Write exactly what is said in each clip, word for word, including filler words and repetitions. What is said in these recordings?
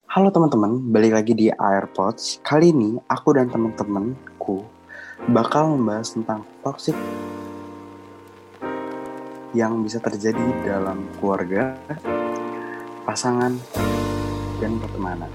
Halo teman-teman, balik lagi di AirPods. Kali ini aku dan teman-temanku bakal membahas tentang toxic yang bisa terjadi dalam keluarga, pasangan, dan pertemanan.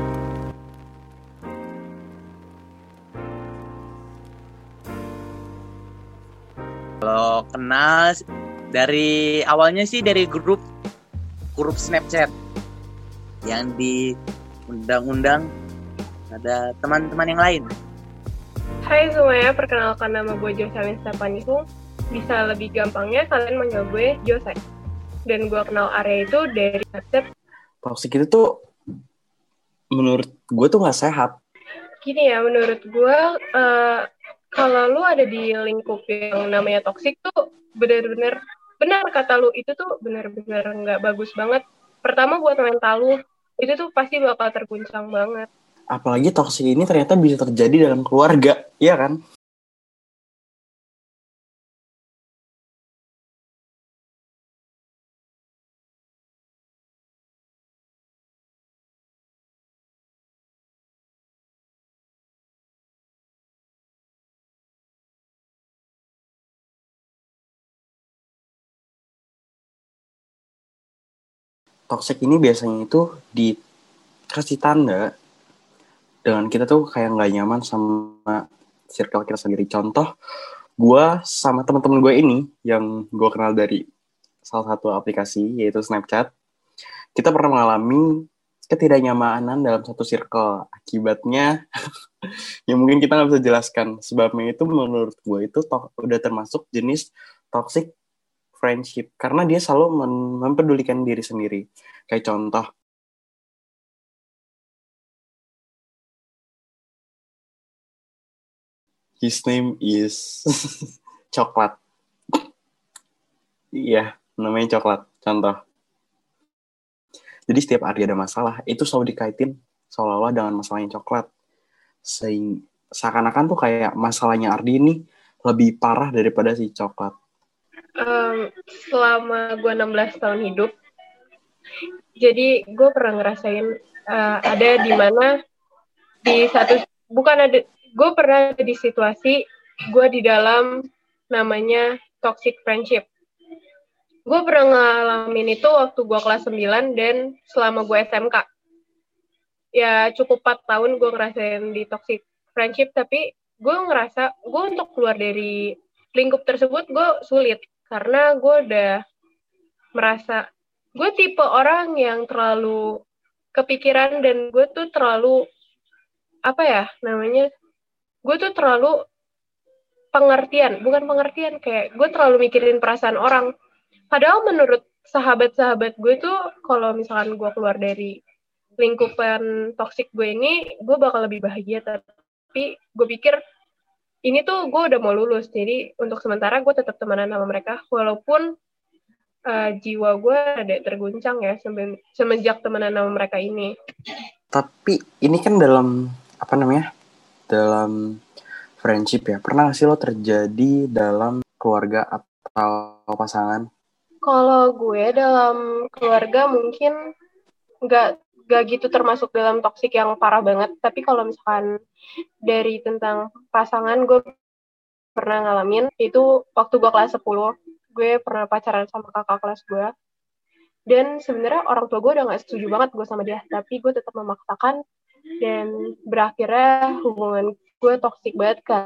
Kalau kenal dari awalnya sih dari grup grup Snapchat yang diundang-undang ada teman-teman yang lain. Hai semuanya, perkenalkan nama gue Jocelyn Stepanihung. Bisa lebih gampangnya kalian manggil gue Josai. Dan gue kenal Arya itu dari Snapchat. Toxic itu tuh menurut gue tuh gak sehat. Gini ya, menurut gue uh, kalau lu ada di lingkup yang namanya toxic tuh benar-benar benar kata lu, itu tuh benar-benar gak bagus banget. Pertama buat mental lu, itu tuh pasti bakal terguncang banget. Apalagi toxic ini ternyata bisa terjadi dalam keluarga, iya kan? Toxic ini biasanya itu dikasih tanda dengan kita tuh kayak nggak nyaman sama circle kita sendiri. Contoh, gue sama teman-teman gue ini yang gue kenal dari salah satu aplikasi yaitu Snapchat. Kita pernah mengalami ketidaknyamanan dalam satu circle. Akibatnya, ya mungkin kita nggak bisa jelaskan. Sebabnya itu menurut gue itu to- udah termasuk jenis toxic friendship karena dia selalu mem- mempedulikan diri sendiri. Kayak contoh, his name is Coklat. Iya, namanya Coklat. Contoh. Jadi setiap Ardi ada masalah, itu selalu dikaitin seolah-olah dengan masalahnya Coklat. Sehingga seakan-akan tuh kayak masalahnya Ardi ini lebih parah daripada si Coklat. Um, selama gue enam belas tahun hidup, jadi gue pernah ngerasain uh, ada di mana di satu bukan ada gue pernah ada di situasi gue di dalam namanya toxic friendship. Gue pernah ngalamin itu waktu gue kelas sembilan dan selama gue S M K. Ya cukup empat tahun gue ngerasain di toxic friendship, tapi gue ngerasa gue untuk keluar dari lingkup tersebut gue sulit karena gue udah merasa gue tipe orang yang terlalu kepikiran dan gue tuh terlalu apa ya namanya gue tuh terlalu pengertian bukan pengertian kayak gue terlalu mikirin perasaan orang, padahal menurut sahabat-sahabat gue tuh kalau misalkan gue keluar dari lingkupan toksik gue ini gue bakal lebih bahagia, tapi gue pikir ini tuh gue udah mau lulus, jadi untuk sementara gue tetap temenan sama mereka walaupun uh, jiwa gue ada terguncang ya semenjak temenan sama mereka ini. Tapi ini kan dalam apa namanya dalam friendship ya, pernah gak sih lo terjadi dalam keluarga atau pasangan? Kalau gue dalam keluarga mungkin nggak nggak gitu termasuk dalam toksik yang parah banget, tapi kalau misalkan dari tentang pasangan gue pernah ngalamin itu waktu gue kelas sepuluh, gue pernah pacaran sama kakak kelas gue dan sebenarnya orang tua gue udah nggak setuju banget gue sama dia, tapi gue tetap memaksakan dan berakhirnya hubungan gue toksik banget kan.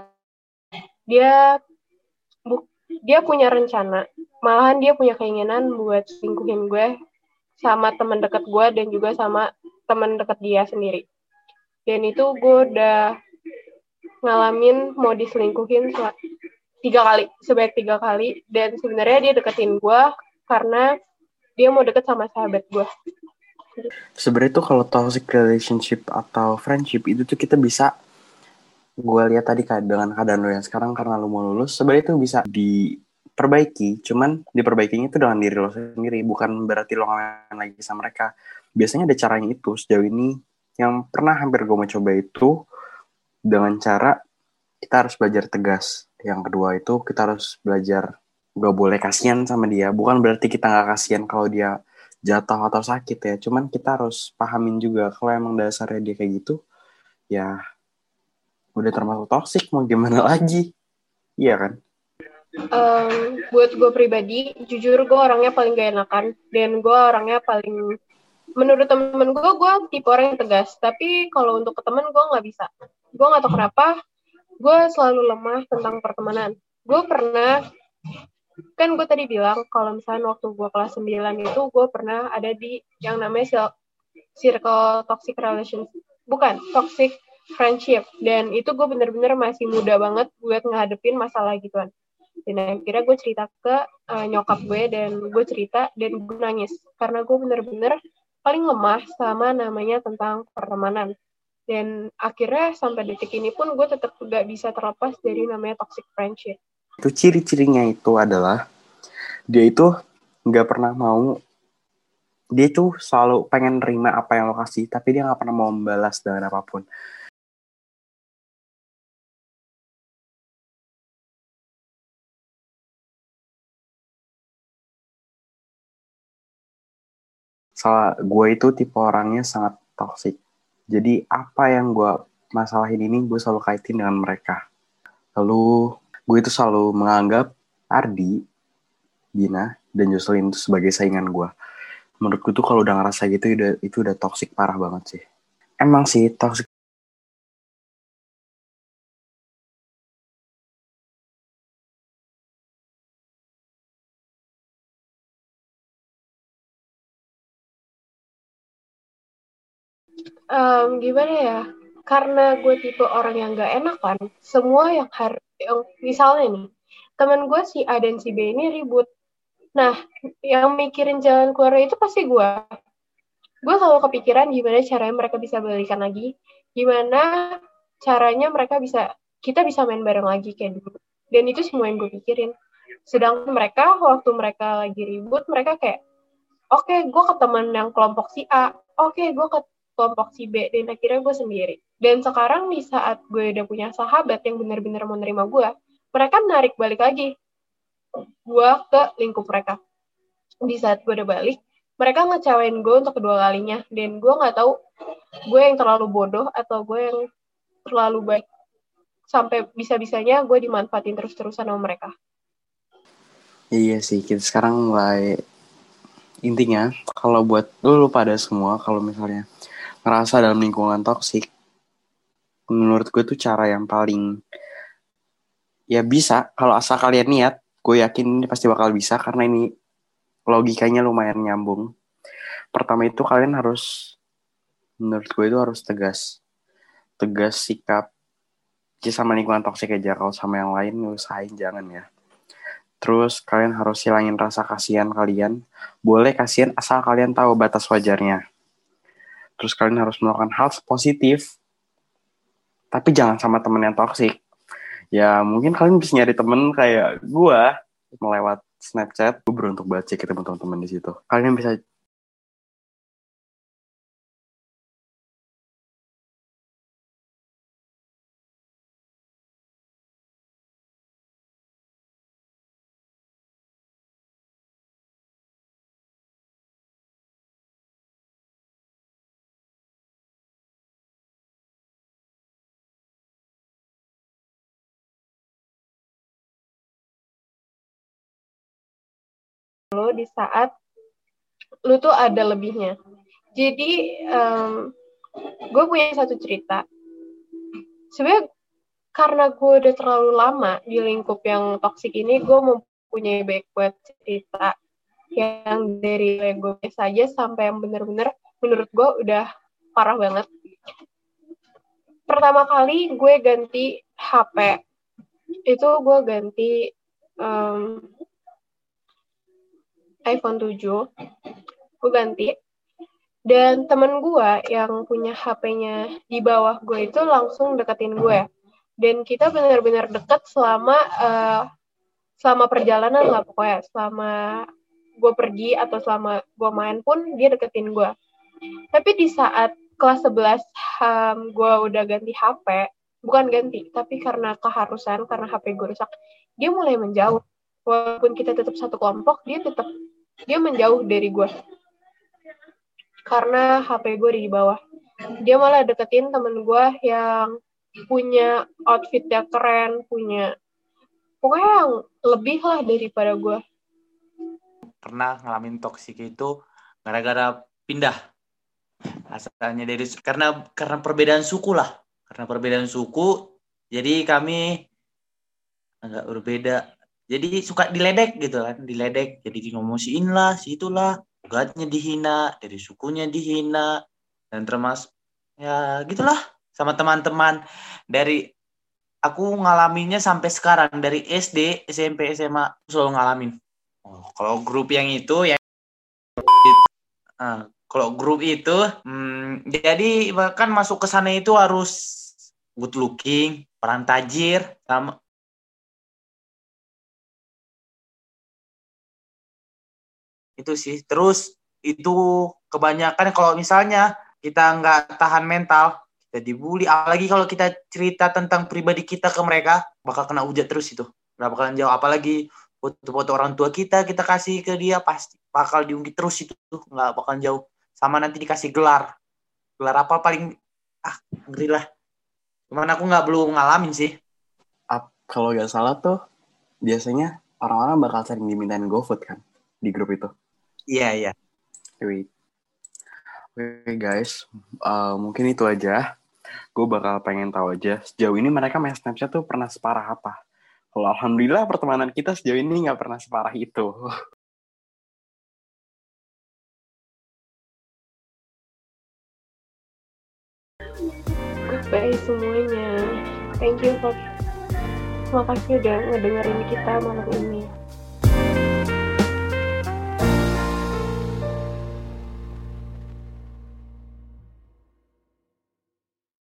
Dia bu, dia punya rencana, malahan dia punya keinginan buat selingkuhin gue sama teman dekat gue dan juga sama teman dekat dia sendiri. Dan itu gue udah ngalamin mau diselingkuhin tiga kali, sebanyak tiga kali. Dan sebenarnya dia deketin gue karena dia mau deket sama sahabat gue. Sebenarnya tuh kalau toxic relationship atau friendship itu tuh kita bisa, gue lihat tadi kan dengan keadaan lo yang sekarang karena lo mau lulus, sebenarnya itu bisa diperbaiki. Cuman diperbaikinya itu dengan diri lo sendiri, bukan berarti lo ngalamin lagi sama mereka. Biasanya ada caranya itu. Sejauh ini yang pernah hampir gue mau coba itu dengan cara kita harus belajar tegas. Yang kedua itu kita harus belajar gak boleh kasihan sama dia. Bukan berarti kita gak kasihan kalau dia jatuh atau sakit ya. Cuman kita harus pahamin juga kalau emang dasarnya dia kayak gitu, ya udah termasuk toksik, mau gimana lagi. Iya kan? Um, buat gue pribadi, jujur gue orangnya paling gak enakan. Dan gue orangnya paling, menurut temen gue, gue tipe orang yang tegas. Tapi kalau untuk ke temen, gue gak bisa. Gue gak tau kenapa, gue selalu lemah tentang pertemanan. Gue pernah, kan gue tadi bilang, kalau misalnya waktu gue kelas sembilan itu, gue pernah ada di yang namanya circle toxic relationship. Bukan, toxic friendship. Dan itu gue bener-bener masih muda banget buat ngadepin masalah gituan. Dan akhirnya gue cerita ke uh, nyokap gue, dan gue cerita, dan gue nangis. Karena gue bener-bener paling lemah sama namanya tentang pertemanan. Dan akhirnya sampai detik ini pun gue tetap gak bisa terlepas dari namanya toxic friendship. Itu ciri-cirinya itu adalah dia itu gak pernah mau, dia tuh selalu pengen nerima apa yang lo kasih, tapi dia gak pernah mau membalas dengan apapun. Soalnya gue itu tipe orangnya sangat toksik. Jadi apa yang gue masalahin ini gue selalu kaitin dengan mereka. Lalu gue itu selalu menganggap Ardi, Bina, dan Jocelyn itu sebagai saingan gue. Menurut gue tuh kalau udah ngerasa gitu udah, itu udah toksik parah banget sih. Emang sih toksik. Um, gimana ya? Karena gue tipe orang yang gak enakan, semua yang harus, yang misalnya nih, teman gue si A dan si B ini ribut. Nah, yang mikirin jalan keluar itu pasti gue. Gue selalu kepikiran gimana caranya mereka bisa balikan lagi, gimana caranya mereka bisa, kita bisa main bareng lagi kayak dulu. Dan itu semua yang gue pikirin. Sedangkan mereka, waktu mereka lagi ribut, mereka kayak, oke, okay, gue ke teman yang kelompok si A, oke, okay, gue ke kelompok si B, dan akhirnya gue sendiri. Dan sekarang di saat gue udah punya sahabat yang benar-benar mau nerima gue, mereka narik balik lagi gue ke lingkup mereka. Di saat gue udah balik, mereka ngecewain gue untuk kedua kalinya, dan gue nggak tahu gue yang terlalu bodoh atau gue yang terlalu baik sampai bisa-bisanya gue dimanfaatin terus-terusan sama mereka. Iya sih, kita sekarang mulai, intinya kalau buat lu, lu pada semua, kalau misalnya ngerasa dalam lingkungan toksik, menurut gue tuh cara yang paling ya bisa, kalau asal kalian niat, gue yakin ini pasti bakal bisa karena ini logikanya lumayan nyambung. Pertama itu kalian harus, menurut gue itu harus tegas, tegas sikap. Jadi sama lingkungan toksik aja, kalau sama yang lain usahain jangan ya. Terus kalian harus hilangin rasa kasihan kalian. Boleh kasihan asal kalian tahu batas wajarnya. Terus kalian harus melakukan hal positif, tapi jangan sama temen yang toksik. Ya mungkin kalian bisa nyari temen kayak gue melewat Snapchat. Gue beruntung banget sih ketemu teman-teman di situ. Kalian bisa lo di saat lo tuh ada lebihnya. Jadi um, gue punya satu cerita. Sebenarnya karena gue udah terlalu lama di lingkup yang toksik ini, gue mempunyai banyak buat cerita yang dari gue saja sampai yang bener-bener menurut gue udah parah banget. Pertama kali gue ganti H P, itu gue ganti um, iPhone tujuh, gue ganti. Dan temen gue yang punya H P-nya di bawah gue itu langsung deketin gue. Dan kita benar-benar deket selama uh, selama perjalanan lah pokoknya. Selama gue pergi atau selama gue main pun dia deketin gue. Tapi di saat kelas sebelas um, gue udah ganti H P, bukan ganti, tapi karena keharusan, karena H P gue rusak, dia mulai menjauh. Walaupun kita tetap satu kelompok, dia tetap dia menjauh dari gue. karena H P gue di bawah. Dia malah deketin temen gue yang punya outfit yang keren, punya pokoknya yang lebih lah daripada gue. Pernah ngalamin toksik itu gara-gara pindah. Asalnya dari karena karena perbedaan suku lah. Karena perbedaan suku, jadi kami agak berbeda. Jadi suka diledek gitu kan, diledek. Jadi dinomosiin lah, situlah. Logatnya dihina, dari sukunya dihina, dan termasuk ya gitulah sama teman-teman. Dari aku ngalaminya sampai sekarang, dari S D, S M P, S M A selalu ngalamin. Oh, kalau grup yang itu ya, uh, kalau grup itu, hmm, jadi bahkan masuk ke sana itu harus good looking, peran tajir, sama itu sih. Terus itu kebanyakan kalau misalnya kita nggak tahan mental, kita dibully. Apalagi kalau kita cerita tentang pribadi kita ke mereka, bakal kena hujat terus itu. Nggak bakalan jauh. Apalagi foto-foto orang tua kita, kita kasih ke dia, pasti bakal diungkit terus itu. Nggak bakalan jauh. Sama nanti dikasih gelar. Gelar apa paling, ah ngeri lah. Cuman aku nggak belum ngalamin sih. Ap, kalau nggak salah tuh, biasanya orang-orang bakal sering dimintain GoFood kan, di grup itu. Iya, iya. Oke okay, guys, uh, mungkin itu aja. Gue bakal pengen tahu aja, sejauh ini mereka main Snapchat tuh pernah separah apa? Kalau alhamdulillah pertemanan kita sejauh ini nggak pernah separah itu. Goodbye semuanya. Thank you for makasih udah ngedengerin kita malam ini.